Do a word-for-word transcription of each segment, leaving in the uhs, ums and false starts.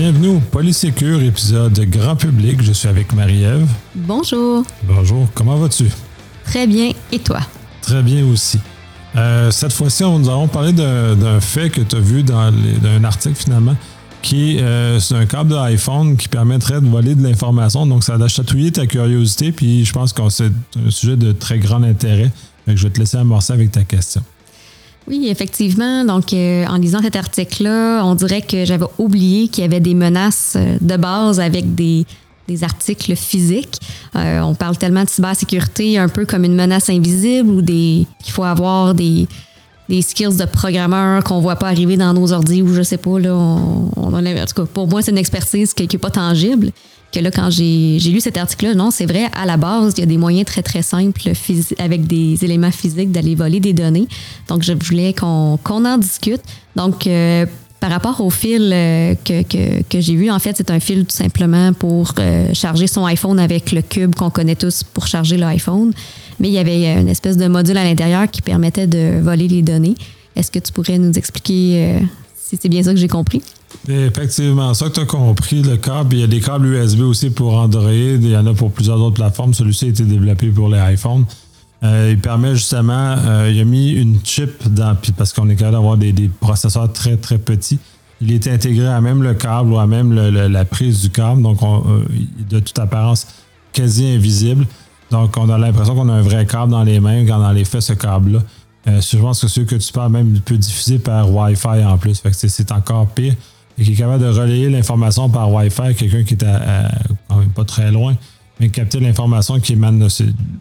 Bienvenue au Polysécure, épisode grand public. Je suis avec Marie-Ève. Bonjour. Bonjour, comment vas-tu? Très bien, et toi? Très bien aussi. Euh, cette fois-ci, on nous allons parler d'un, d'un fait que tu as vu dans les, d'un article finalement, qui euh, c'est un câble d'iPhone qui permettrait de voler de l'information. Donc, ça a chatouillé ta curiosité, puis je pense que c'est un sujet de très grand intérêt. Donc, je vais te laisser amorcer avec ta question. Oui, effectivement. Donc, euh, en lisant cet article-là, on dirait que j'avais oublié qu'il y avait des menaces de base avec des, des articles physiques. Euh, on parle tellement de cybersécurité un peu comme une menace invisible ou des qu'il faut avoir des, des skills de programmeur qu'on voit pas arriver dans nos ordi ou je sais pas. Là, on, on en a, en tout cas, pour moi, c'est une expertise qui n'est pas tangible. Que là, quand j'ai, j'ai lu cet article-là, non, c'est vrai, à la base, il y a des moyens très, très simples phys- avec des éléments physiques d'aller voler des données. Donc, je voulais qu'on, qu'on en discute. Donc, euh, par rapport au fil euh, que, que, que j'ai vu, en fait, c'est un fil tout simplement pour euh, charger son iPhone avec le cube qu'on connaît tous pour charger l'iPhone. Mais il y avait une espèce de module à l'intérieur qui permettait de voler les données. Est-ce que tu pourrais nous expliquer euh, si c'est bien ça que j'ai compris? C'est effectivement ça que tu as compris, le câble. Il y a des câbles U S B aussi pour Android. Il y en a pour plusieurs autres plateformes. Celui-ci a été développé pour les iPhones. Euh, il permet justement, euh, il a mis une chip dans, parce qu'on est capable d'avoir des, des processeurs très, très petits. Il est intégré à même le câble ou à même le, le, la prise du câble. Donc, on, euh, de toute apparence, quasi invisible. Donc, on a l'impression qu'on a un vrai câble dans les mains quand dans les faits, ce câble-là. Euh, je pense que ceux que tu parles même peut diffuser par Wi-Fi en plus. Fait que c'est, c'est encore pire. Et qui est capable de relayer l'information par Wi-Fi, quelqu'un qui est à, à, quand même pas très loin, mais capter l'information qui émane de ce.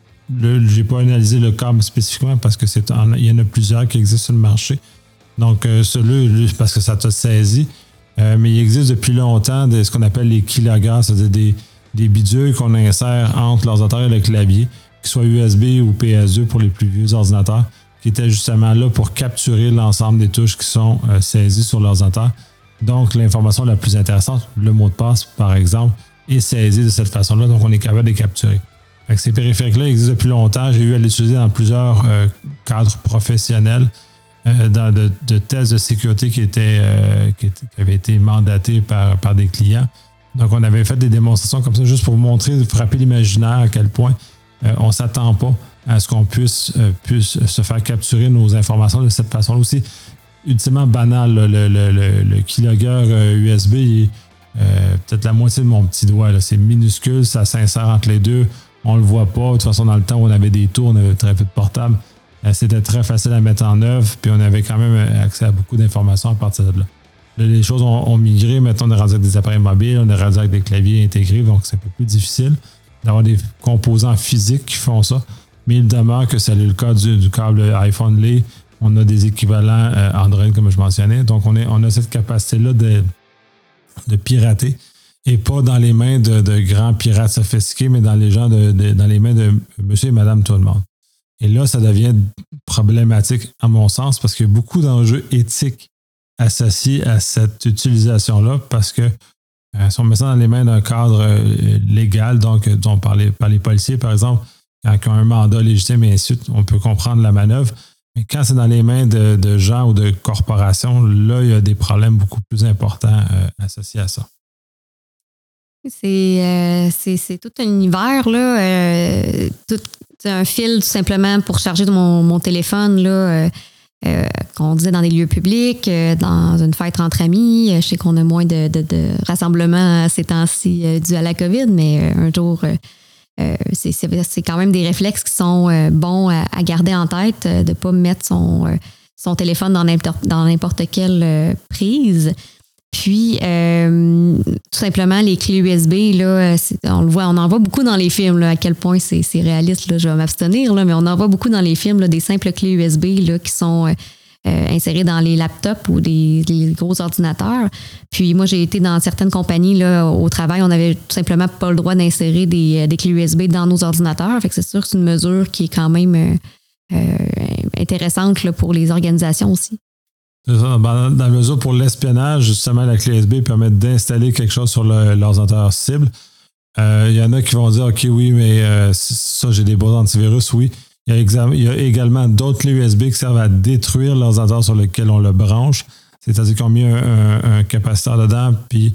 Je n'ai pas analysé le câble spécifiquement parce que c'est en, il y en a plusieurs qui existent sur le marché. Donc, euh, celui-là, parce que ça t'a saisi. Euh, mais il existe depuis longtemps de, ce qu'on appelle les keyloggers, c'est-à-dire des, des bidules qu'on insère entre l'ordinateur et le clavier, qu'ils soient U S B ou P S deux pour les plus vieux ordinateurs, qui étaient justement là pour capturer l'ensemble des touches qui sont euh, saisies sur l'ordinateur. Donc, l'information la plus intéressante, le mot de passe, par exemple, est saisi de cette façon-là. Donc, on est capable de les capturer. Fait que ces périphériques-là existent depuis longtemps. J'ai eu à l'utiliser dans plusieurs euh, cadres professionnels, euh, dans de, de tests de sécurité qui, étaient, euh, qui, étaient, qui avaient été mandatés par, par des clients. Donc, on avait fait des démonstrations comme ça juste pour vous montrer, frapper l'imaginaire à quel point euh, on ne s'attend pas à ce qu'on puisse, euh, puisse se faire capturer nos informations de cette façon-là aussi. Ultimement banal, là, le, le, le, le keylogger euh, U S B, il est euh, peut-être la moitié de mon petit doigt. Là. C'est minuscule, ça s'insère entre les deux. On ne le voit pas. De toute façon, dans le temps où on avait des tours, on avait très peu de portables. Euh, c'était très facile à mettre en œuvre, puis on avait quand même accès à beaucoup d'informations à partir de là. Là les choses ont, ont migré. Maintenant, on est rendu avec des appareils mobiles, on est rendu avec des claviers intégrés, donc c'est un peu plus difficile d'avoir des composants physiques qui font ça. Mais il demeure que c'est le cas du, du câble iPhone L E. On a des équivalents euh, Android, comme je mentionnais. Donc, on, est, on a cette capacité-là de, de pirater. Et pas dans les mains de, de grands pirates sophistiqués, mais dans les, gens de, de, dans les mains de monsieur et madame tout le monde. Et là, ça devient problématique, à mon sens, parce qu'il y a beaucoup d'enjeux éthiques associés à cette utilisation-là, parce que euh, si on met ça dans les mains d'un cadre euh, légal, donc dont par les, par les policiers, par exemple, quand ils ont un mandat légitime et ainsi de suite, on peut comprendre la manœuvre. Mais quand c'est dans les mains de, de gens ou de corporations, là, il y a des problèmes beaucoup plus importants euh, associés à ça. C'est, euh, c'est, c'est tout un univers, là. Euh, tout, c'est un fil, tout simplement, pour charger mon, mon téléphone, là, euh, euh, qu'on disait dans des lieux publics, euh, dans une fête entre amis. Je sais qu'on a moins de, de, de rassemblements ces temps-ci euh, dû à la COVID, mais euh, un jour... Euh, Euh, c'est, c'est, c'est quand même des réflexes qui sont euh, bons à, à garder en tête, euh, de ne pas mettre son, euh, son téléphone dans n'importe, dans n'importe quelle euh, prise. Puis, euh, tout simplement, les clés U S B, là, c'est, on le voit, on en voit beaucoup dans les films, là, à quel point c'est, c'est réaliste. Là, je vais m'abstenir, là, mais on en voit beaucoup dans les films, là, des simples clés U S B là, qui sont... Euh, Euh, insérés dans les laptops ou des, des gros ordinateurs. Puis moi, j'ai été dans certaines compagnies là, au travail, on n'avait tout simplement pas le droit d'insérer des, des clés U S B dans nos ordinateurs. Fait que c'est sûr que c'est une mesure qui est quand même euh, euh, intéressante là, pour les organisations aussi. C'est ça. Dans, dans la mesure pour l'espionnage, justement, la clé U S B permet d'installer quelque chose sur le, l'ordinateur cible. Il euh, y en a qui vont dire, OK, oui, mais euh, ça, j'ai des bons antivirus, oui. Il y, a exa- il y a également d'autres clés U S B qui servent à détruire l'ordinateur sur lequel on le branche. C'est-à-dire qu'ils ont mis un, un, un capaciteur dedans, puis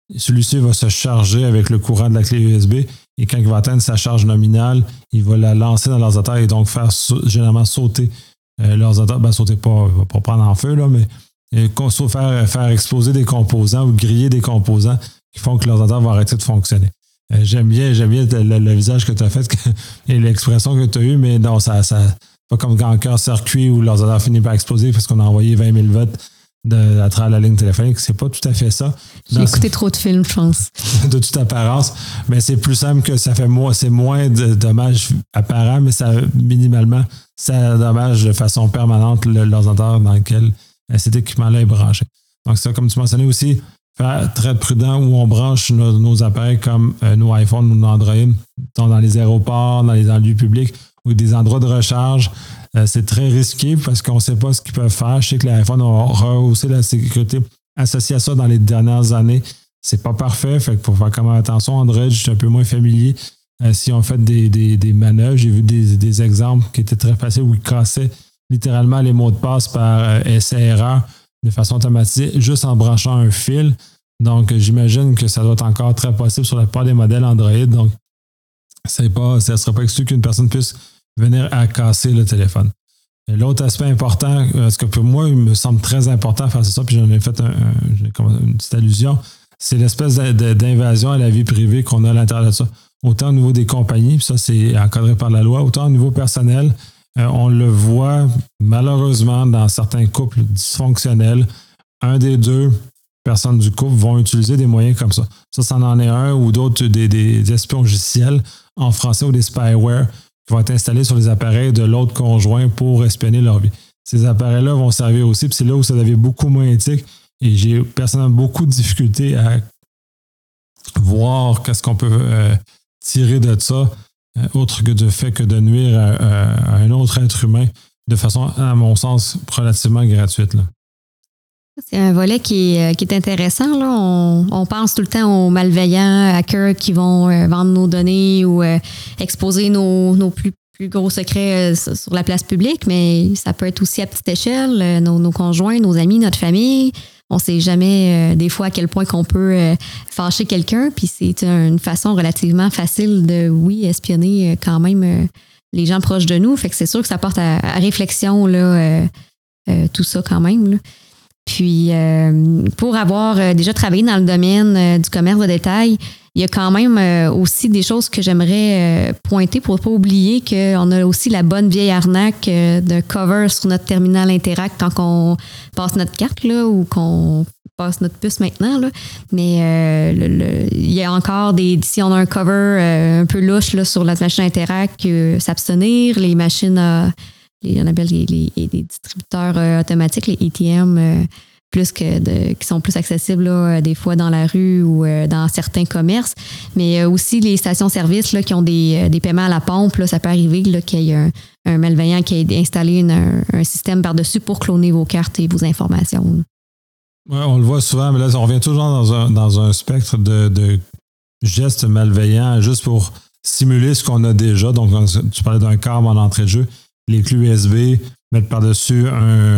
celui-ci va se charger avec le courant de la clé U S B et quand il va atteindre sa charge nominale, il va la lancer dans l'ordinateur et donc faire généralement sauter euh, l'ordinateur. Ben, sauter pas, il va pas prendre en feu, là, mais euh, faire, faire exploser des composants ou griller des composants qui font que l'ordinateur va arrêter de fonctionner. Euh, j'aime bien, j'aime bien le, le visage que tu as fait et l'expression que tu as eue, mais non, ça, ça pas comme quand un cœur-circuit où l'ordinateur finit par exploser parce qu'on a envoyé vingt mille volts de, à travers la ligne téléphonique. C'est pas tout à fait ça. J'ai Dans écouté ce... trop de films, je pense. De toute apparence. Mais c'est plus simple que ça fait moins, c'est moins de dommages apparents, mais ça, minimalement, ça dommage de façon permanente l'ordinateur dans lequel cet équipement-là est branché. Donc, ça, comme tu mentionnais aussi, faire très prudent où on branche nos, nos appareils comme euh, nos iPhones ou nos Android, dans les aéroports, dans les lieux publics ou des endroits de recharge. Euh, c'est très risqué parce qu'on ne sait pas ce qu'ils peuvent faire. Je sais que l'iPhone a rehaussé la sécurité associée à ça dans les dernières années. C'est pas parfait, fait qu'il faut faire quand même attention. Android, je suis un peu moins familier. Euh, si on fait des, des, des manœuvres, j'ai vu des, des exemples qui étaient très faciles où ils cassaient littéralement les mots de passe par euh, essai-erreur de façon automatisée, juste en branchant un fil. Donc, j'imagine que ça doit être encore très possible sur la plupart des modèles Android. Donc, c'est pas, ça ne sera pas exclu qu'une personne puisse venir à casser le téléphone. Et l'autre aspect important, ce que pour moi, il me semble très important face à ça, puis j'en ai fait un, un, une petite allusion, c'est l'espèce d'invasion à la vie privée qu'on a à l'intérieur de ça. Autant au niveau des compagnies, puis ça, c'est encadré par la loi, autant au niveau personnel, euh, on le voit malheureusement dans certains couples dysfonctionnels. Un des deux personnes du couple vont utiliser des moyens comme ça. Ça, ça en est un ou d'autres, des, des espions logiciels en français ou des spyware qui vont être installés sur les appareils de l'autre conjoint pour espionner leur vie. Ces appareils-là vont servir aussi, puis c'est là où ça devient beaucoup moins éthique et j'ai personnellement beaucoup de difficultés à voir qu'est-ce qu'on peut euh, tirer de ça, euh, autre que du fait que de nuire à, à, à un autre être humain de façon, à mon sens, relativement gratuite, là. C'est un volet qui est, qui est intéressant, là. On, on pense tout le temps aux malveillants hackers qui vont euh, vendre nos données ou euh, exposer nos, nos plus, plus gros secrets euh, sur la place publique, mais ça peut être aussi à petite échelle, euh, nos, nos conjoints, nos amis, notre famille. On ne sait jamais euh, des fois à quel point qu'on peut euh, fâcher quelqu'un, puis c'est une façon relativement facile de, oui, espionner euh, quand même euh, les gens proches de nous. Fait que c'est sûr que ça porte à, à réflexion, là, euh, euh, tout ça quand même, là. Puis, euh, pour avoir euh, déjà travaillé dans le domaine euh, du commerce de détail, il y a quand même euh, aussi des choses que j'aimerais euh, pointer pour ne pas oublier qu'on a aussi la bonne vieille arnaque euh, d'un cover sur notre terminal Interact quand on passe notre carte là, ou qu'on passe notre puce maintenant. Là. Mais euh, le, le, il y a encore des... Si on a un cover euh, un peu louche là, sur la machine Interact, euh, s'abstenir, les machines à... Les, on appelle les, les, les distributeurs euh, automatiques, les A T M, euh, plus que de, qui sont plus accessibles là, des fois dans la rue ou euh, dans certains commerces. Mais euh, aussi les stations-service là, qui ont des, des paiements à la pompe, là, ça peut arriver là, qu'il y ait un, un malveillant qui ait installé une, un, un système par-dessus pour cloner vos cartes et vos informations. Oui, on le voit souvent, mais là, on revient toujours dans un, dans un spectre de, de gestes malveillants juste pour simuler ce qu'on a déjà. Donc, tu parlais d'un câble en entrée de jeu. Les clés U S B, mettre par-dessus un,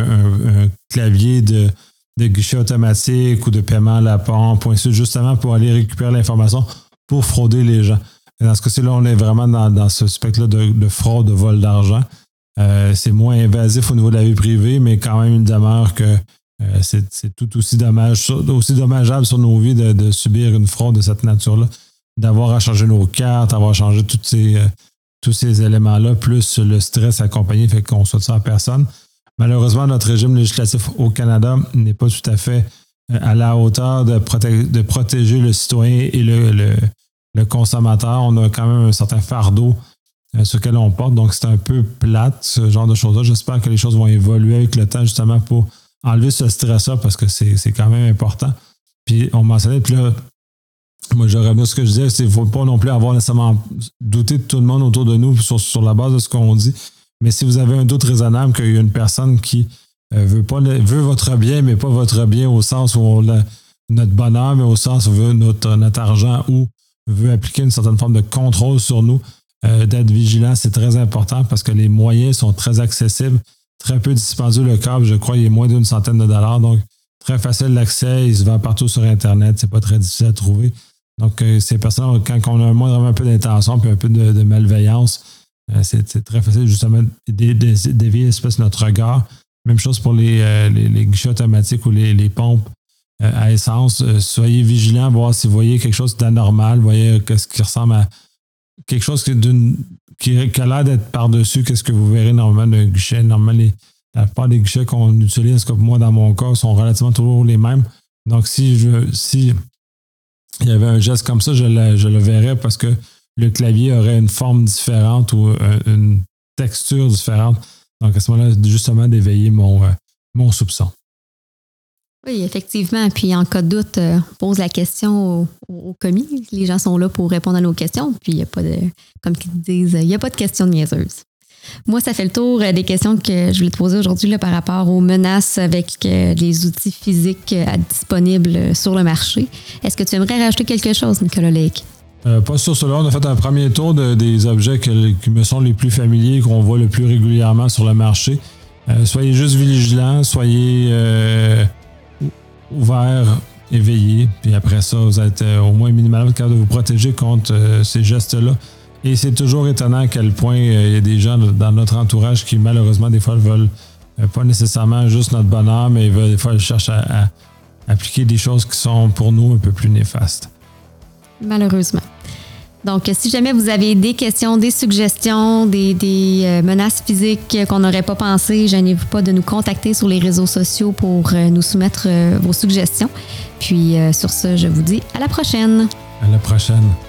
un, un clavier de, de guichet automatique ou de paiement à la pompe, point suite, justement pour aller récupérer l'information pour frauder les gens. Et dans ce cas-ci, là, on est vraiment dans, dans ce spectre-là de, de fraude, de vol d'argent. Euh, c'est moins invasif au niveau de la vie privée, mais quand même, il demeure que euh, c'est, c'est tout aussi, dommage, aussi dommageable sur nos vies de, de subir une fraude de cette nature-là, d'avoir à changer nos cartes, avoir à changer toutes ces... Euh, tous ces éléments-là, plus le stress accompagné, fait qu'on souhaite ça à personne. Malheureusement, notre régime législatif au Canada n'est pas tout à fait à la hauteur de, proté- de protéger le citoyen et le, le, le consommateur. On a quand même un certain fardeau euh, sur lequel on porte, donc c'est un peu plate, ce genre de choses-là. J'espère que les choses vont évoluer avec le temps, justement, pour enlever ce stress-là, parce que c'est, c'est quand même important. Puis, on mentionnait, puis là, moi, je reviens à ce que je disais, c'est qu'il ne faut pas non plus avoir nécessairement douter de tout le monde autour de nous sur, sur la base de ce qu'on dit. Mais si vous avez un doute raisonnable qu'il y a une personne qui euh, veut, pas le, veut votre bien, mais pas votre bien au sens où on a notre bonheur, mais au sens où veut notre, notre argent ou veut appliquer une certaine forme de contrôle sur nous, euh, d'être vigilant, c'est très important parce que les moyens sont très accessibles, très peu dispendieux. Le câble, je crois, il est moins d'une centaine de dollars. Donc, très facile d'accès, il se vend partout sur Internet, c'est pas très difficile à trouver. Donc, euh, ces personnes, quand on a moindrement un peu d'intention puis un peu de, de malveillance, euh, c'est, c'est très facile justement de dévier l'espèce de notre regard. Même chose pour les, euh, les, les guichets automatiques ou les, les pompes euh, à essence. Euh, soyez vigilants, voir si vous voyez quelque chose d'anormal, vous voyez ce qui ressemble à quelque chose qui, d'une, qui, qui a l'air d'être par-dessus qu'est-ce que vous verrez normalement d'un guichet. Normalement, les, la plupart des guichets qu'on utilise, comme moi dans mon cas, sont relativement toujours les mêmes. Donc, si je si il y avait un geste comme ça, je le, je le verrais parce que le clavier aurait une forme différente ou une texture différente. Donc, à ce moment-là, justement, d'éveiller mon, euh, mon soupçon. Oui, effectivement. Puis, en cas de doute, euh, on pose la question au, au commis. Les gens sont là pour répondre à nos questions. Puis, il n'y a pas de, comme ils disent, il n'y a pas de questions niaiseuses. Moi, ça fait le tour des questions que je voulais te poser aujourd'hui là, par rapport aux menaces avec euh, les outils physiques euh, disponibles sur le marché. Est-ce que tu aimerais rajouter quelque chose, Nicolas Lake? Euh, pas sur cela. On a fait un premier tour de, des objets que, qui me sont les plus familiers, qu'on voit le plus régulièrement sur le marché. Euh, soyez juste vigilants, soyez euh, ouverts, éveillés. Puis après ça, vous êtes euh, au moins minimalement capable de vous protéger contre euh, ces gestes-là. Et c'est toujours étonnant à quel point il euh, y a des gens dans notre entourage qui, malheureusement, des fois, veulent euh, pas nécessairement juste notre bonheur, mais ils veulent, des fois, ils cherchent à, à appliquer des choses qui sont pour nous un peu plus néfastes. Malheureusement. Donc, si jamais vous avez des questions, des suggestions, des, des euh, menaces physiques qu'on n'aurait pas pensé, gênez-vous pas de nous contacter sur les réseaux sociaux pour euh, nous soumettre euh, vos suggestions. Puis, euh, sur ce, je vous dis à la prochaine. À la prochaine.